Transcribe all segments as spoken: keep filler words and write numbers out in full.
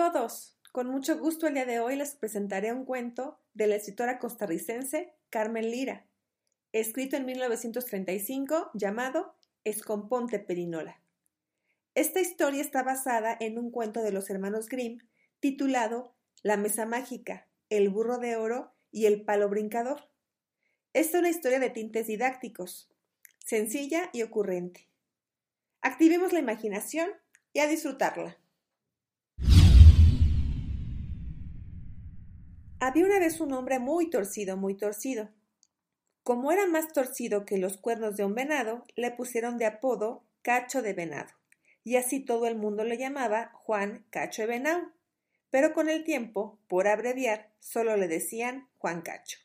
todos, con mucho gusto el día de hoy les presentaré un cuento de la escritora costarricense Carmen Lira, escrito en mil novecientos treinta y cinco llamado Escomponte Perinola. Esta historia está basada en un cuento de los hermanos Grimm titulado La mesa mágica, el burro de oro y el palo brincador. Es una historia de tintes didácticos, sencilla y ocurrente. Activemos la imaginación y a disfrutarla. Había una vez un hombre muy torcido, muy torcido. Como era más torcido que los cuernos de un venado, le pusieron de apodo Cacho de Venado, y así todo el mundo le llamaba Juan Cacho de Venado, pero con el tiempo, por abreviar, solo le decían Juan Cacho.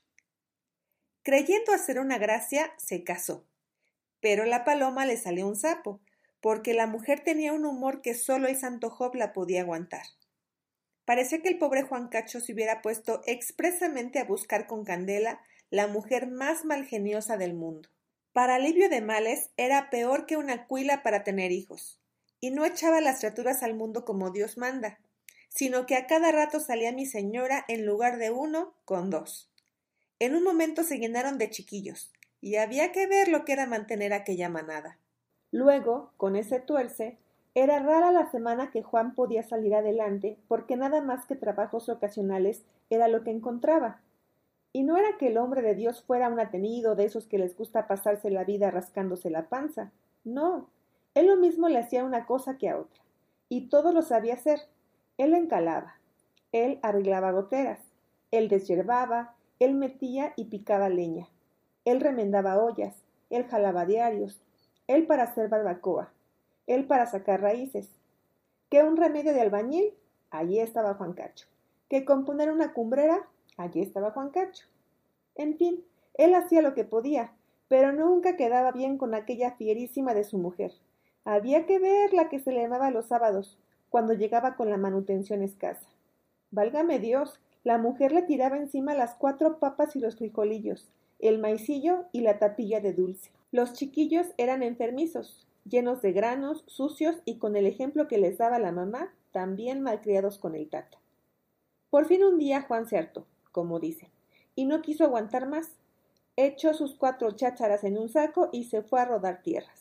Creyendo hacer una gracia, se casó, pero la paloma le salió un sapo, porque la mujer tenía un humor que solo el santo Job la podía aguantar. Parecía que el pobre Juan Cacho se hubiera puesto expresamente a buscar con candela la mujer más malgeniosa del mundo. Para alivio de males, era peor que una cuila para tener hijos, y no echaba las criaturas al mundo como Dios manda, sino que a cada rato salía mi señora en lugar de uno con dos. En un momento se llenaron de chiquillos, y había que ver lo que era mantener aquella manada. Luego, con ese tuerce, era rara la semana que Juan podía salir adelante, porque nada más que trabajos ocasionales era lo que encontraba. Y no era que el hombre de Dios fuera un atenido de esos que les gusta pasarse la vida rascándose la panza. No, él lo mismo le hacía una cosa que a otra, y todo lo sabía hacer. Él encalaba, él arreglaba goteras, él deshierbaba, él metía y picaba leña, él remendaba ollas, él jalaba diarios, él para hacer barbacoa, él para sacar raíces. ¿Que un remedio de albañil? Allí estaba Juan Cacho. ¿Que componer una cumbrera? Allí estaba Juan Cacho. En fin, él hacía lo que podía, pero nunca quedaba bien con aquella fierísima de su mujer. Había que ver la que se le llamaba los sábados, cuando llegaba con la manutención escasa. Válgame Dios, la mujer le tiraba encima las cuatro papas y los frijolillos, el maicillo y la tapilla de dulce. Los chiquillos eran enfermizos, llenos de granos, sucios y con el ejemplo que les daba la mamá, también malcriados con el tata. Por fin un día Juan se hartó, como dicen, y no quiso aguantar más. Echó sus cuatro chácharas en un saco y se fue a rodar tierras.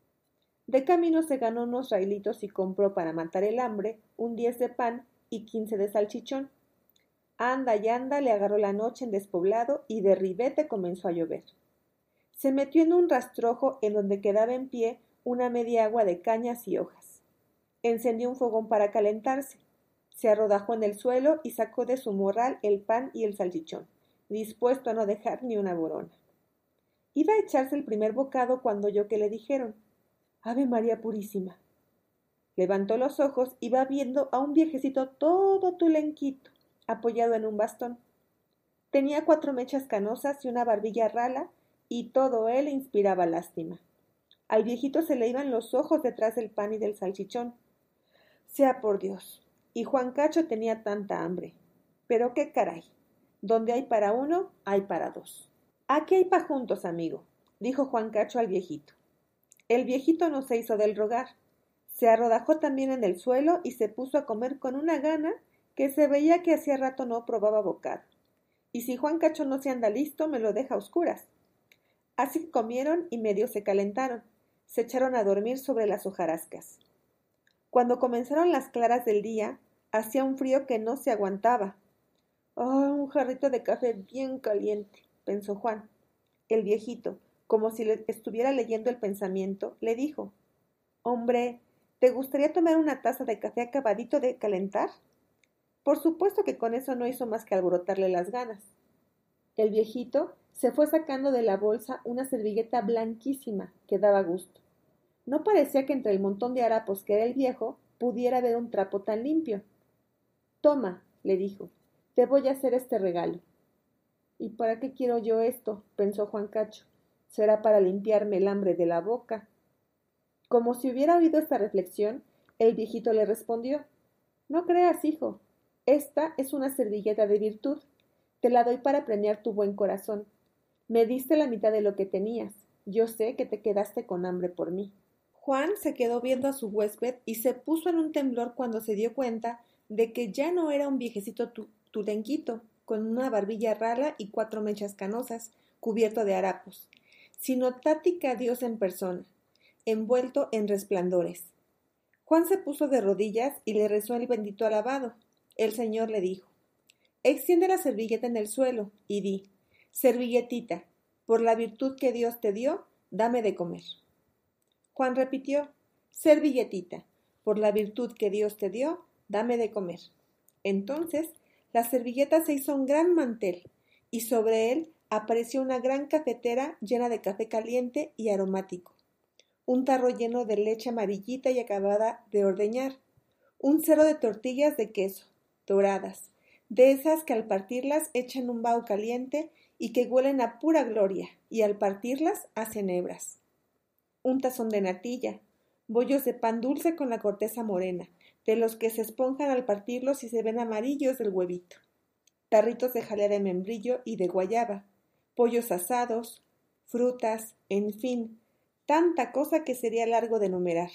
De camino se ganó unos railitos y compró para matar el hambre un diez de pan y quince de salchichón. Anda y anda le agarró la noche en despoblado y de ribete comenzó a llover. Se metió en un rastrojo en donde quedaba en pie una media agua de cañas y hojas. Encendió un fogón para calentarse. Se arrodajó en el suelo y sacó de su morral el pan y el salchichón, dispuesto a no dejar ni una borona. Iba a echarse el primer bocado cuando oyó que le dijeron: «Ave María Purísima». Levantó los ojos y va viendo a un viejecito todo tulenquito, apoyado en un bastón. Tenía cuatro mechas canosas y una barbilla rala, y todo él inspiraba lástima. Al viejito se le iban los ojos detrás del pan y del salchichón. Sea por Dios, y Juan Cacho tenía tanta hambre. Pero qué caray, donde hay para uno, hay para dos. Aquí hay pa' juntos, amigo, dijo Juan Cacho al viejito. El viejito no se hizo del rogar. Se arrodajó también en el suelo y se puso a comer con una gana que se veía que hacía rato no probaba bocado. Y si Juan Cacho no se anda listo, me lo deja a oscuras. Así que comieron y medio se calentaron. Se echaron a dormir sobre las hojarascas. Cuando comenzaron las claras del día, hacía un frío que no se aguantaba. «Oh, un jarrito de café bien caliente», pensó Juan. El viejito, como si le estuviera leyendo el pensamiento, le dijo: «Hombre, ¿te gustaría tomar una taza de café acabadito de calentar?» Por supuesto que con eso no hizo más que alborotarle las ganas. El viejito se fue sacando de la bolsa una servilleta blanquísima que daba gusto. No parecía que entre el montón de harapos que era el viejo pudiera haber un trapo tan limpio. «Toma», le dijo, «te voy a hacer este regalo». «¿Y para qué quiero yo esto?», pensó Juan Cacho. «Será para limpiarme el hambre de la boca». Como si hubiera oído esta reflexión, el viejito le respondió: «No creas, hijo, esta es una servilleta de virtud. Te la doy para premiar tu buen corazón. Me diste la mitad de lo que tenías. Yo sé que te quedaste con hambre por mí». Juan se quedó viendo a su huésped y se puso en un temblor cuando se dio cuenta de que ya no era un viejecito tu turenquito, con una barbilla rala y cuatro mechas canosas, cubierto de harapos, sino Tática Dios en persona, envuelto en resplandores. Juan se puso de rodillas y le rezó el bendito alabado. El Señor le dijo: extiende la servilleta en el suelo y di: servilletita, por la virtud que Dios te dio, dame de comer. Juan repitió: servilletita, por la virtud que Dios te dio, dame de comer. Entonces la servilleta se hizo un gran mantel, y sobre él apareció una gran cafetera llena de café caliente y aromático, un tarro lleno de leche amarillita y acabada de ordeñar, un cero de tortillas de queso, doradas, de esas que al partirlas echan un vaho caliente y que huelen a pura gloria, y al partirlas hacen hebras, un tazón de natilla, bollos de pan dulce con la corteza morena, de los que se esponjan al partirlos y se ven amarillos del huevito, tarritos de jalea de membrillo y de guayaba, pollos asados, frutas, en fin, tanta cosa que sería largo de enumerar.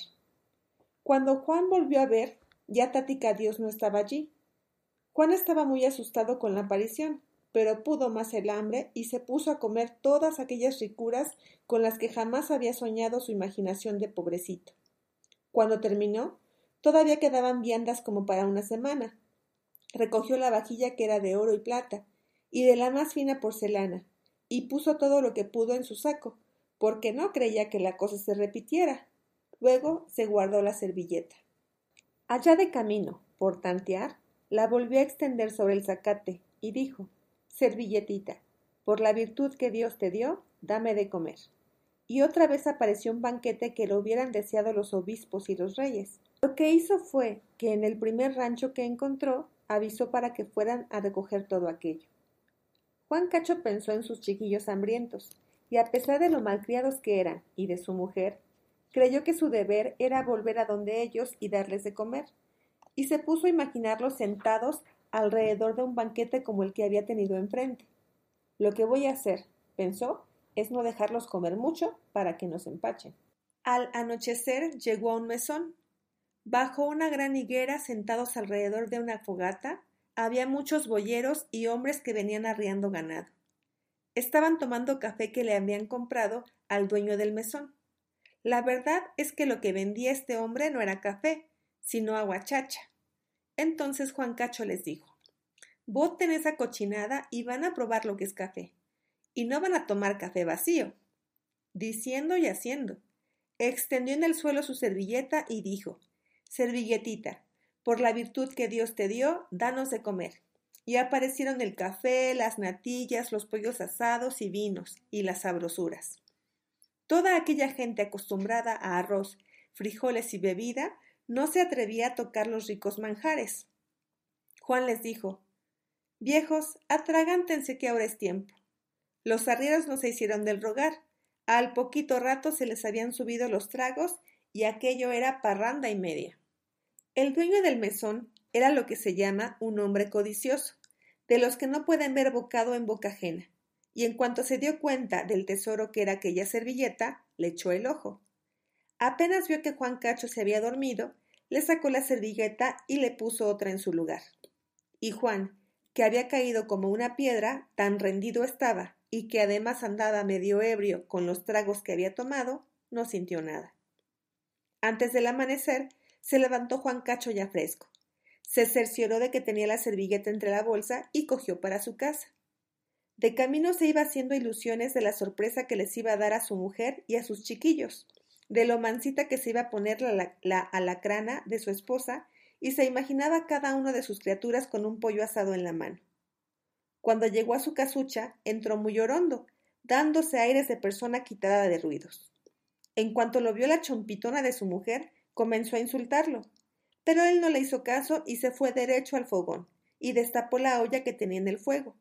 Cuando Juan volvió a ver, ya Tática Dios no estaba allí. Juan estaba muy asustado con la aparición, pero pudo más el hambre y se puso a comer todas aquellas ricuras con las que jamás había soñado su imaginación de pobrecito. Cuando terminó, todavía quedaban viandas como para una semana. Recogió la vajilla que era de oro y plata, y de la más fina porcelana, y puso todo lo que pudo en su saco, porque no creía que la cosa se repitiera. Luego se guardó la servilleta. Allá de camino, por tantear, la volvió a extender sobre el zacate, y dijo: servilletita, por la virtud que Dios te dio, dame de comer. Y otra vez apareció un banquete que lo hubieran deseado los obispos y los reyes. Lo que hizo fue que en el primer rancho que encontró, avisó para que fueran a recoger todo aquello. Juan Cacho pensó en sus chiquillos hambrientos, y a pesar de lo malcriados que eran y de su mujer, creyó que su deber era volver a donde ellos y darles de comer, y se puso a imaginarlos sentados alrededor de un banquete como el que había tenido enfrente. Lo que voy a hacer, pensó, es no dejarlos comer mucho para que no se empachen. Al anochecer llegó a un mesón. Bajo una gran higuera, sentados alrededor de una fogata, había muchos boyeros y hombres que venían arriando ganado. Estaban tomando café que le habían comprado al dueño del mesón. La verdad es que lo que vendía este hombre no era café, sino aguachacha. Entonces Juan Cacho les dijo: boten esa cochinada y van a probar lo que es café. Y no van a tomar café vacío. Diciendo y haciendo, extendió en el suelo su servilleta y dijo: servilletita, por la virtud que Dios te dio, danos de comer. Y aparecieron el café, las natillas, los pollos asados y vinos, y las sabrosuras. Toda aquella gente acostumbrada a arroz, frijoles y bebida no se atrevía a tocar los ricos manjares. Juan les dijo: viejos, atragántense que ahora es tiempo. Los arrieros no se hicieron del rogar. Al poquito rato se les habían subido los tragos y aquello era parranda y media. El dueño del mesón era lo que se llama un hombre codicioso, de los que no pueden ver bocado en boca ajena, y en cuanto se dio cuenta del tesoro que era aquella servilleta, le echó el ojo. Apenas vio que Juan Cacho se había dormido, le sacó la servilleta y le puso otra en su lugar. Y Juan, que había caído como una piedra, tan rendido estaba, y que además andaba medio ebrio con los tragos que había tomado, no sintió nada. Antes del amanecer, se levantó Juan Cacho ya fresco. Se cercioró de que tenía la servilleta entre la bolsa y cogió para su casa. De camino se iba haciendo ilusiones de la sorpresa que les iba a dar a su mujer y a sus chiquillos, de lo mansita que se iba a poner la, la alacrana de su esposa, y se imaginaba cada una de sus criaturas con un pollo asado en la mano. Cuando llegó a su casucha, entró muy orondo, dándose aires de persona quitada de ruidos. En cuanto lo vio la chompitona de su mujer, comenzó a insultarlo, pero él no le hizo caso y se fue derecho al fogón, y destapó la olla que tenía en el fuego.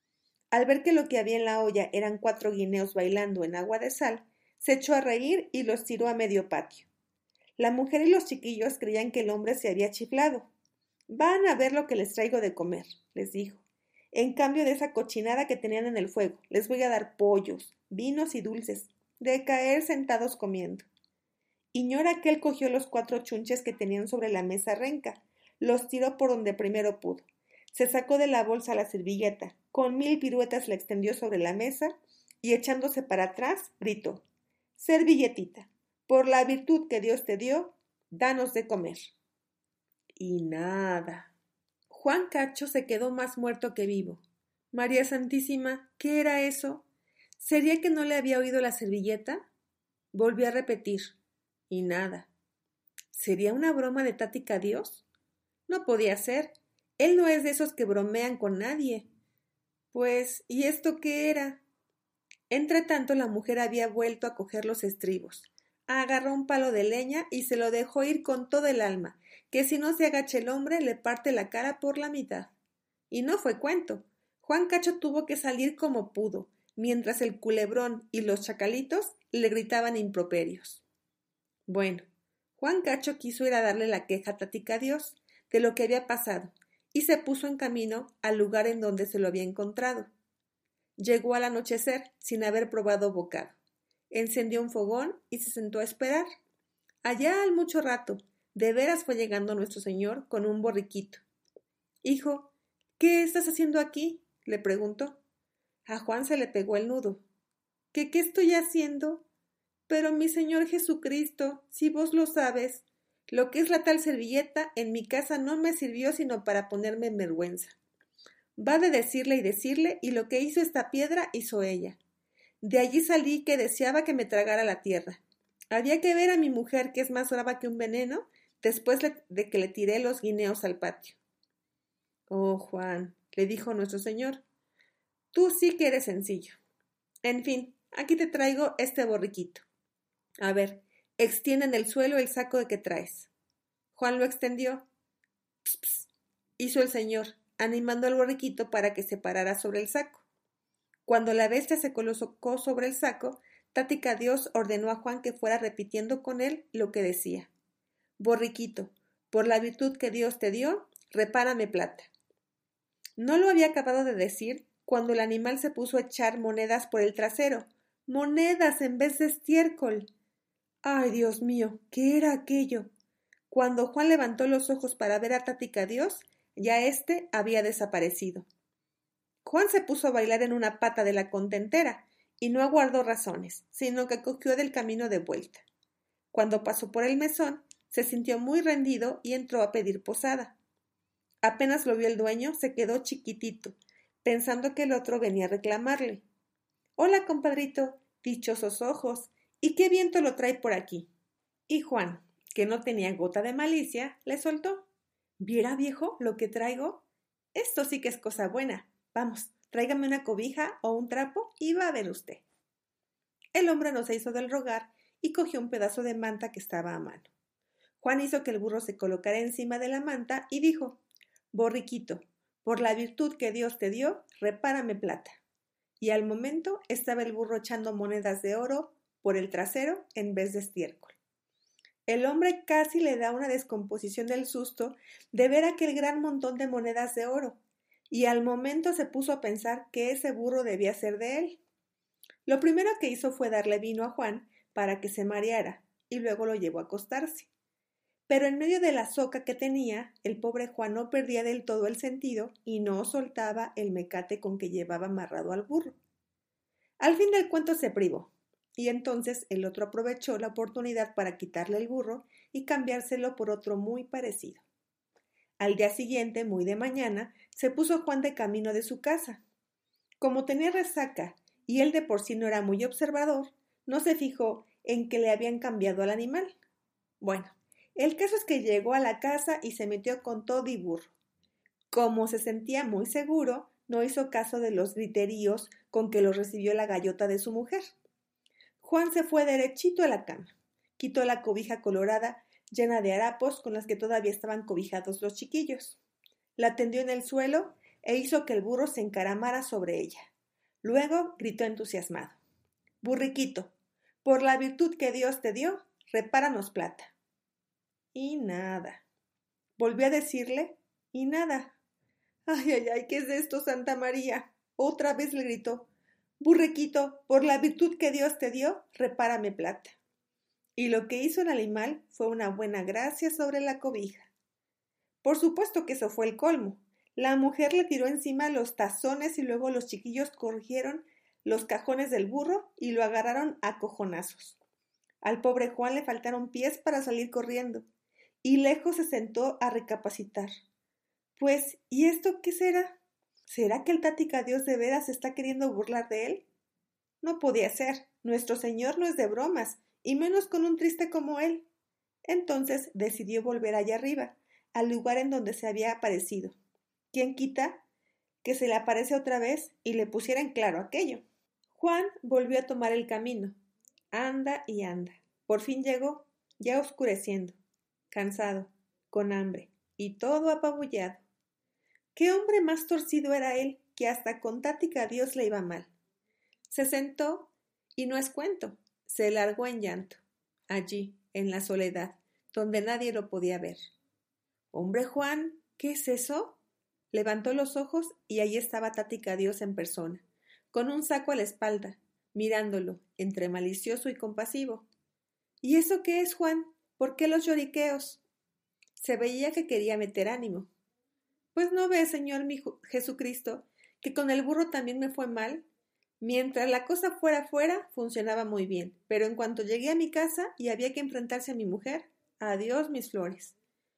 Al ver que lo que había en la olla eran cuatro guineos bailando en agua de sal, se echó a reír y los tiró a medio patio. La mujer y los chiquillos creían que el hombre se había chiflado. Van a ver lo que les traigo de comer, les dijo. En cambio de esa cochinada que tenían en el fuego, les voy a dar pollos, vinos y dulces, de caer sentados comiendo. Ignora que él cogió los cuatro chunches que tenían sobre la mesa renca, los tiró por donde primero pudo. Se sacó de la bolsa la servilleta, con mil piruetas la extendió sobre la mesa y echándose para atrás, gritó: «Servilletita, por la virtud que Dios te dio, danos de comer». Y nada. Juan Cacho se quedó más muerto que vivo. María Santísima, ¿qué era eso? ¿Sería que no le había oído la servilleta? Volvió a repetir. Y nada. ¿Sería una broma de Tática Dios? No podía ser. Él no es de esos que bromean con nadie. Pues, ¿y esto qué era? Entretanto, la mujer había vuelto a coger los estribos. Agarró un palo de leña y se lo dejó ir con todo el alma, que si no se agacha el hombre le parte la cara por la mitad. Y no fue cuento. Juan Cacho tuvo que salir como pudo, mientras el culebrón y los chacalitos le gritaban improperios. Bueno, Juan Cacho quiso ir a darle la queja a Tática Dios de lo que había pasado y se puso en camino al lugar en donde se lo había encontrado. Llegó al anochecer sin haber probado bocado. Encendió un fogón y se sentó a esperar. Allá al mucho rato, de veras fue llegando nuestro señor con un borriquito. «Hijo, ¿qué estás haciendo aquí?», le preguntó. A Juan se le pegó el nudo. ¿Qué qué estoy haciendo? Pero mi Señor Jesucristo, si vos lo sabes, lo que es la tal servilleta en mi casa no me sirvió sino para ponerme en vergüenza. Va de decirle y decirle, y lo que hizo esta piedra hizo ella. De allí salí que deseaba que me tragara la tierra. Había que ver a mi mujer, que es más brava que un veneno, después de que le tiré los guineos al patio. Oh, Juan, le dijo nuestro señor, tú sí que eres sencillo. En fin, aquí te traigo este borriquito. A ver, extiende en el suelo el saco de que traes. Juan lo extendió. Ps, ps, hizo el señor, animando al borriquito para que se parara sobre el saco. Cuando la bestia se colocó sobre el saco, Tática Dios ordenó a Juan que fuera repitiendo con él lo que decía. Borriquito, por la virtud que Dios te dio, repárame plata. No lo había acabado de decir cuando el animal se puso a echar monedas por el trasero. ¡Monedas en vez de estiércol! ¡Ay, Dios mío! ¿Qué era aquello? Cuando Juan levantó los ojos para ver a Tática Dios, ya éste había desaparecido. Juan se puso a bailar en una pata de la contentera y no aguardó razones, sino que cogió del camino de vuelta. Cuando pasó por el mesón, se sintió muy rendido y entró a pedir posada. Apenas lo vio el dueño, se quedó chiquitito, pensando que el otro venía a reclamarle. «Hola, compadrito, dichosos ojos, ¿y qué viento lo trae por aquí?» Y Juan, que no tenía gota de malicia, le soltó. «¿Viera, viejo, lo que traigo? Esto sí que es cosa buena. Vamos, tráigame una cobija o un trapo y va a ver usted». El hombre no se hizo del rogar y cogió un pedazo de manta que estaba a mano. Juan hizo que el burro se colocara encima de la manta y dijo: «Borriquito, por la virtud que Dios te dio, repárame plata». Y al momento estaba el burro echando monedas de oro por el trasero en vez de estiércol. El hombre casi le da una descomposición del susto de ver aquel gran montón de monedas de oro, y al momento se puso a pensar que ese burro debía ser de él. Lo primero que hizo fue darle vino a Juan para que se mareara, y luego lo llevó a acostarse. Pero en medio de la soca que tenía, el pobre Juan no perdía del todo el sentido y no soltaba el mecate con que llevaba amarrado al burro. Al fin del cuento se privó, y entonces el otro aprovechó la oportunidad para quitarle el burro y cambiárselo por otro muy parecido. Al día siguiente, muy de mañana, se puso Juan de camino de su casa. Como tenía resaca y él de por sí no era muy observador, no se fijó en que le habían cambiado al animal. Bueno, el caso es que llegó a la casa y se metió con todo y burro. Como se sentía muy seguro, no hizo caso de los griteríos con que lo recibió la gallota de su mujer. Juan se fue derechito a la cama, quitó la cobija colorada llena de harapos con las que todavía estaban cobijados los chiquillos. La tendió en el suelo e hizo que el burro se encaramara sobre ella. Luego gritó entusiasmado: «Burriquito, por la virtud que Dios te dio, repáranos plata». Y nada. Volvió a decirle, y nada. «Ay, ay, ay, ¿qué es esto, Santa María?». Otra vez le gritó: «Burriquito, por la virtud que Dios te dio, repárame plata». Y lo que hizo el animal fue una buena gracia sobre la cobija. Por supuesto que eso fue el colmo. La mujer le tiró encima los tazones y luego los chiquillos cogieron los cajones del burro y lo agarraron a cojonazos. Al pobre Juan le faltaron pies para salir corriendo, y lejos se sentó a recapacitar. Pues, ¿y esto qué será? ¿Será que el Tática-Dios de veras está queriendo burlar de él? No podía ser. Nuestro Señor no es de bromas, y menos con un triste como él. Entonces decidió volver allá arriba, al lugar en donde se había aparecido. ¿Quién quita que se le aparece otra vez y le pusiera en claro aquello? Juan volvió a tomar el camino. Anda y anda. Por fin llegó, ya oscureciendo, cansado, con hambre, y todo apabullado. ¿Qué hombre más torcido era él, que hasta con Tática-Dios le iba mal? Se sentó, y no es cuento, se largó en llanto, allí, en la soledad, donde nadie lo podía ver. «Hombre Juan, ¿qué es eso?» Levantó los ojos y allí estaba Tática-Dios en persona, con un saco a la espalda, mirándolo, entre malicioso y compasivo. «¿Y eso qué es, Juan? ¿Por qué los lloriqueos?» Se veía que quería meter ánimo. «Pues no ves, Señor mi Jesucristo, que con el burro también me fue mal. Mientras la cosa fuera fuera, funcionaba muy bien, pero en cuanto llegué a mi casa y había que enfrentarse a mi mujer, adiós mis flores.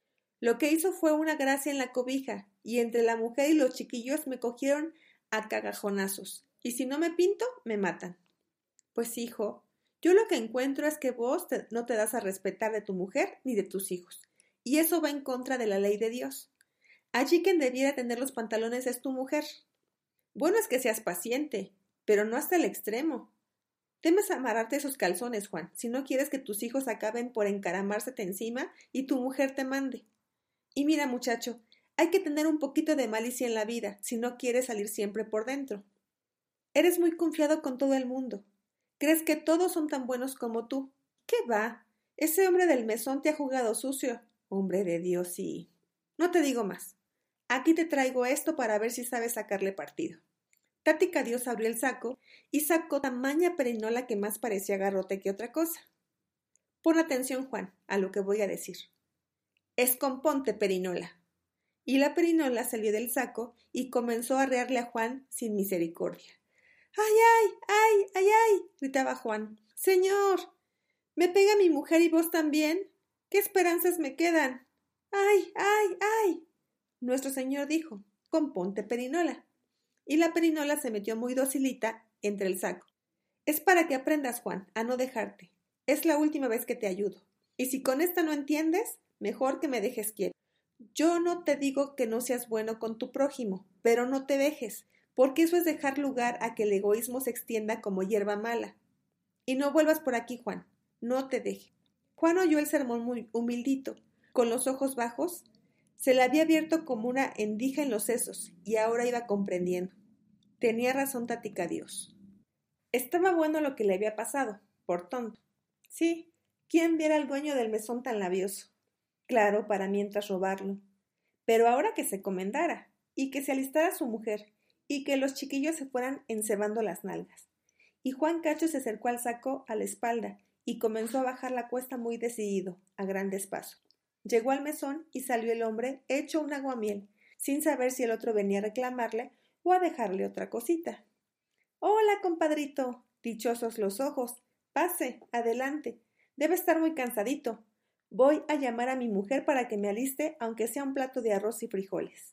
Lo que hizo fue una gracia en la cobija, y entre la mujer y los chiquillos me cogieron a cagajonazos, y si no me pinto, me matan». «Pues hijo, yo lo que encuentro es que vos te, no te das a respetar de tu mujer ni de tus hijos, y eso va en contra de la ley de Dios. Allí quien debiera tener los pantalones es tu mujer. Bueno es que seas paciente, pero no hasta el extremo. Temes amarrarte esos calzones, Juan, si no quieres que tus hijos acaben por encaramársete encima y tu mujer te mande. Y mira, muchacho, hay que tener un poquito de malicia en la vida si no quieres salir siempre por dentro. Eres muy confiado con todo el mundo. Crees que todos son tan buenos como tú. ¿Qué va? Ese hombre del mesón te ha jugado sucio. Hombre de Dios, sí. No te digo más. Aquí te traigo esto para ver si sabes sacarle partido». Tática-Dios abrió el saco y sacó tamaña perinola que más parecía garrote que otra cosa. Pon atención, Juan, a lo que voy a decir. «Escomponte, perinola». Y la perinola salió del saco y comenzó a arrearle a Juan sin misericordia. «¡Ay, ay, ay, ay, ay!» gritaba Juan. «Señor, ¿me pega mi mujer y vos también? ¿Qué esperanzas me quedan? ¡Ay, ay, ay!» Nuestro Señor dijo: «Componte, perinola». Y la perinola se metió muy docilita entre el saco. «Es para que aprendas, Juan, a no dejarte. Es la última vez que te ayudo. Y si con esta no entiendes, mejor que me dejes quieto. Yo no te digo que no seas bueno con tu prójimo, pero no te dejes, porque eso es dejar lugar a que el egoísmo se extienda como hierba mala. Y no vuelvas por aquí, Juan, no te dejes». Juan oyó el sermón muy humildito, con los ojos bajos. Se le había abierto como una endija en los sesos, y ahora iba comprendiendo. Tenía razón Tática-Dios. Estaba bueno lo que le había pasado, por tonto. Sí, ¿quién viera al dueño del mesón tan labioso? Claro, para mientras robarlo. Pero ahora que se comendara, y que se alistara su mujer, y que los chiquillos se fueran encebando las nalgas. Y Juan Cacho se acercó al saco a la espalda, y comenzó a bajar la cuesta muy decidido, a grandes pasos. Llegó al mesón y salió el hombre hecho un aguamiel, sin saber si el otro venía a reclamarle o a dejarle otra cosita. «Hola, compadrito, dichosos los ojos. Pase, adelante. Debe estar muy cansadito. Voy a llamar a mi mujer para que me aliste, aunque sea un plato de arroz y frijoles».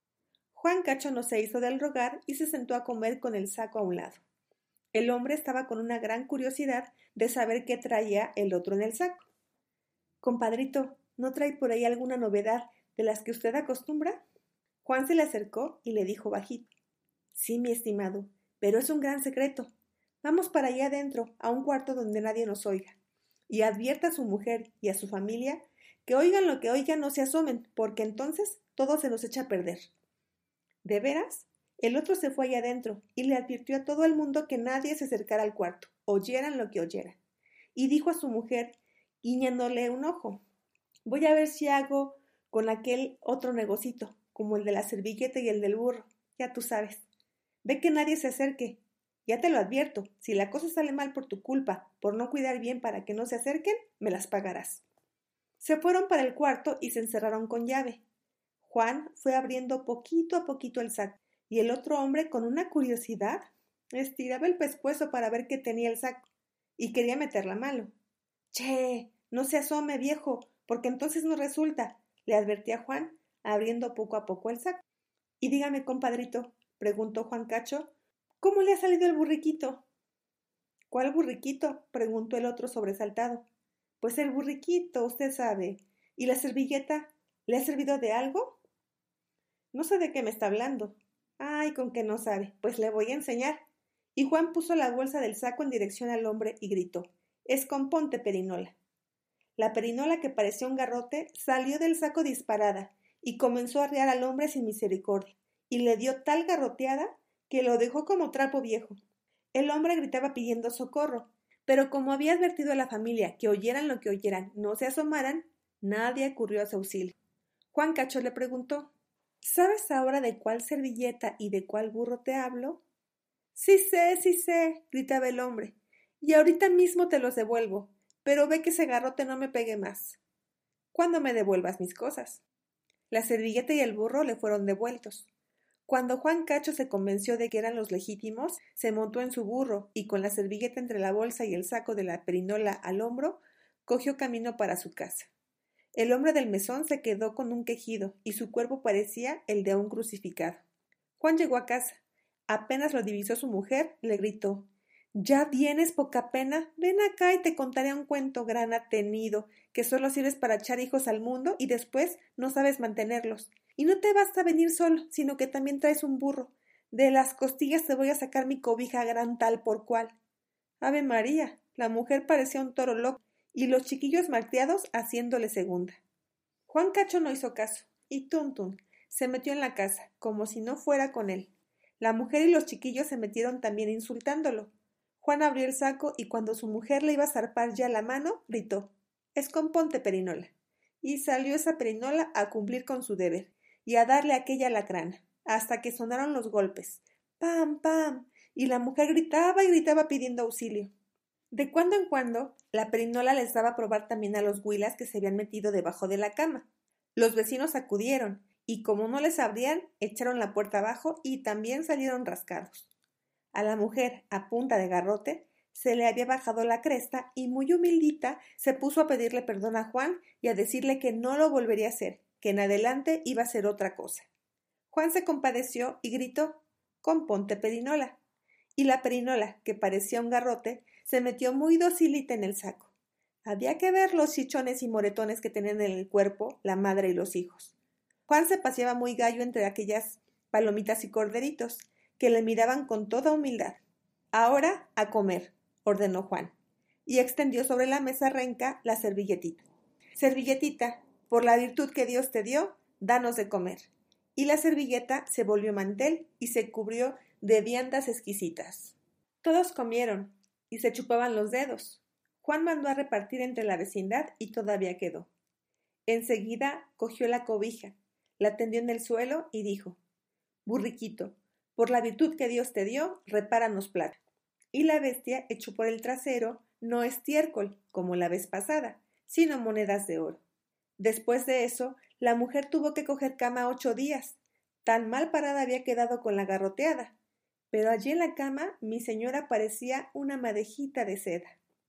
Juan Cacho no se hizo del rogar y se sentó a comer con el saco a un lado. El hombre estaba con una gran curiosidad de saber qué traía el otro en el saco. «Compadrito, ¿no trae por ahí alguna novedad de las que usted acostumbra?» Juan se le acercó y le dijo bajito: «Sí, mi estimado, pero es un gran secreto. Vamos para allá adentro, a un cuarto donde nadie nos oiga. Y advierta a su mujer y a su familia que oigan lo que oigan, no se asomen, porque entonces todo se nos echa a perder». ¿De veras? El otro se fue allá adentro y le advirtió a todo el mundo que nadie se acercara al cuarto, oyeran lo que oyeran. Y dijo a su mujer, guiñándole un ojo: «Voy a ver si hago con aquel otro negocito, como el de la servilleta y el del burro, ya tú sabes. Ve que nadie se acerque. Ya te lo advierto, si la cosa sale mal por tu culpa, por no cuidar bien para que no se acerquen, me las pagarás». Se fueron para el cuarto y se encerraron con llave. Juan fue abriendo poquito a poquito el saco, y el otro hombre, con una curiosidad, estiraba el pescuezo para ver qué tenía el saco, y quería meter la mano. —Che, no se asome, viejo, porque entonces no resulta —le advertía Juan, abriendo poco a poco el saco. —Y dígame, compadrito —preguntó Juan Cacho—, ¿cómo le ha salido el burriquito? —¿Cuál burriquito? —preguntó el otro sobresaltado. —Pues el burriquito, usted sabe. ¿Y la servilleta? ¿Le ha servido de algo? —No sé de qué me está hablando. —Ay, con que no sabe. Pues le voy a enseñar. Y Juan puso la bolsa del saco en dirección al hombre y gritó: —Escomponte, perinola. La perinola, que parecía un garrote, salió del saco disparada y comenzó a arriar al hombre sin misericordia, y le dio tal garroteada que lo dejó como trapo viejo. El hombre gritaba pidiendo socorro, pero como había advertido a la familia que oyeran lo que oyeran, no se asomaran, nadie acudió a su auxilio. Juan Cacho le preguntó: —¿Sabes ahora de cuál servilleta y de cuál burro te hablo? —Sí sé, sí sé —gritaba el hombre—, y ahorita mismo te los devuelvo, pero ve que ese garrote no me pegue más. —Cuando me devuelvas mis cosas. La servilleta y el burro le fueron devueltos. Cuando Juan Cacho se convenció de que eran los legítimos, se montó en su burro y, con la servilleta entre la bolsa y el saco de la perinola al hombro, cogió camino para su casa. El hombre del mesón se quedó con un quejido y su cuerpo parecía el de un crucificado. Juan llegó a casa. Apenas lo divisó su mujer, le gritó: —¿Ya vienes, poca pena? Ven acá y te contaré un cuento, gran atenido, que solo sirves para echar hijos al mundo y después no sabes mantenerlos. Y no te basta venir solo, sino que también traes un burro. De las costillas te voy a sacar mi cobija gran tal por cual. Ave María, la mujer parecía un toro loco, y los chiquillos malteados haciéndole segunda. Juan Cacho no hizo caso, y tun tun se metió en la casa, como si no fuera con él. La mujer y los chiquillos se metieron también insultándolo. Juan abrió el saco y, cuando su mujer le iba a zarpar ya la mano, gritó: —Escomponte, perinola. Y salió esa perinola a cumplir con su deber y a darle aquella lacrana, hasta que sonaron los golpes, ¡pam, pam!, y la mujer gritaba y gritaba pidiendo auxilio. De cuando en cuando, la perinola les daba a probar también a los huilas que se habían metido debajo de la cama. Los vecinos acudieron, y como no les abrían, echaron la puerta abajo y también salieron rascados. A la mujer, a punta de garrote, se le había bajado la cresta y, muy humildita, se puso a pedirle perdón a Juan y a decirle que no lo volvería a hacer, que en adelante iba a ser otra cosa. Juan se compadeció y gritó: —Componte, perinola. Y la perinola, que parecía un garrote, se metió muy docilita en el saco. Había que ver los chichones y moretones que tenían en el cuerpo la madre y los hijos. Juan se paseaba muy gallo entre aquellas palomitas y corderitos, que le miraban con toda humildad. —Ahora a comer —ordenó Juan, y extendió sobre la mesa renca la servilletita. —Servilletita, por la virtud que Dios te dio, danos de comer. Y la servilleta se volvió mantel y se cubrió de viandas exquisitas. Todos comieron y se chupaban los dedos. Juan mandó a repartir entre la vecindad y todavía quedó. Enseguida cogió la cobija, la tendió en el suelo y dijo: —Burriquito, por la virtud que Dios te dio, repáranos plata. Y la bestia echó por el trasero no estiércol, como la vez pasada, sino monedas de oro. Después de eso, la mujer tuvo que coger cama ocho días. Tan mal parada había quedado con la garroteada. Pero allí en la cama mi señora parecía una madejita de seda.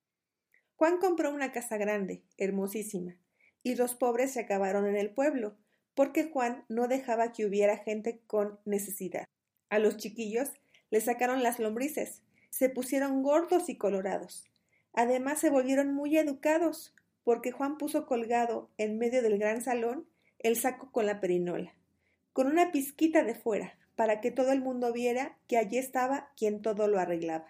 Juan compró una casa grande, hermosísima, y los pobres se acabaron en el pueblo, porque Juan no dejaba que hubiera gente con necesidad. A los chiquillos les sacaron las lombrices, se pusieron gordos y colorados. Además se volvieron muy educados, porque Juan puso colgado en medio del gran salón el saco con la perinola, con una pizquita de fuera, para que todo el mundo viera que allí estaba quien todo lo arreglaba.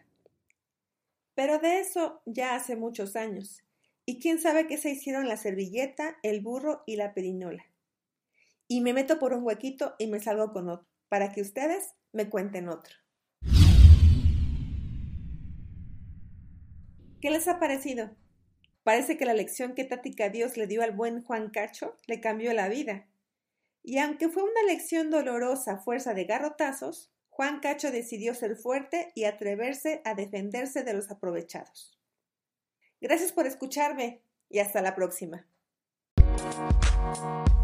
Pero de eso ya hace muchos años, y quién sabe qué se hicieron la servilleta, el burro y la perinola. Y me meto por un huequito y me salgo con otro, para que ustedes me cuenten otro. ¿Qué les ha parecido? Parece que la lección que Tática Dios le dio al buen Juan Cacho le cambió la vida. Y aunque fue una lección dolorosa a fuerza de garrotazos, Juan Cacho decidió ser fuerte y atreverse a defenderse de los aprovechados. Gracias por escucharme y hasta la próxima.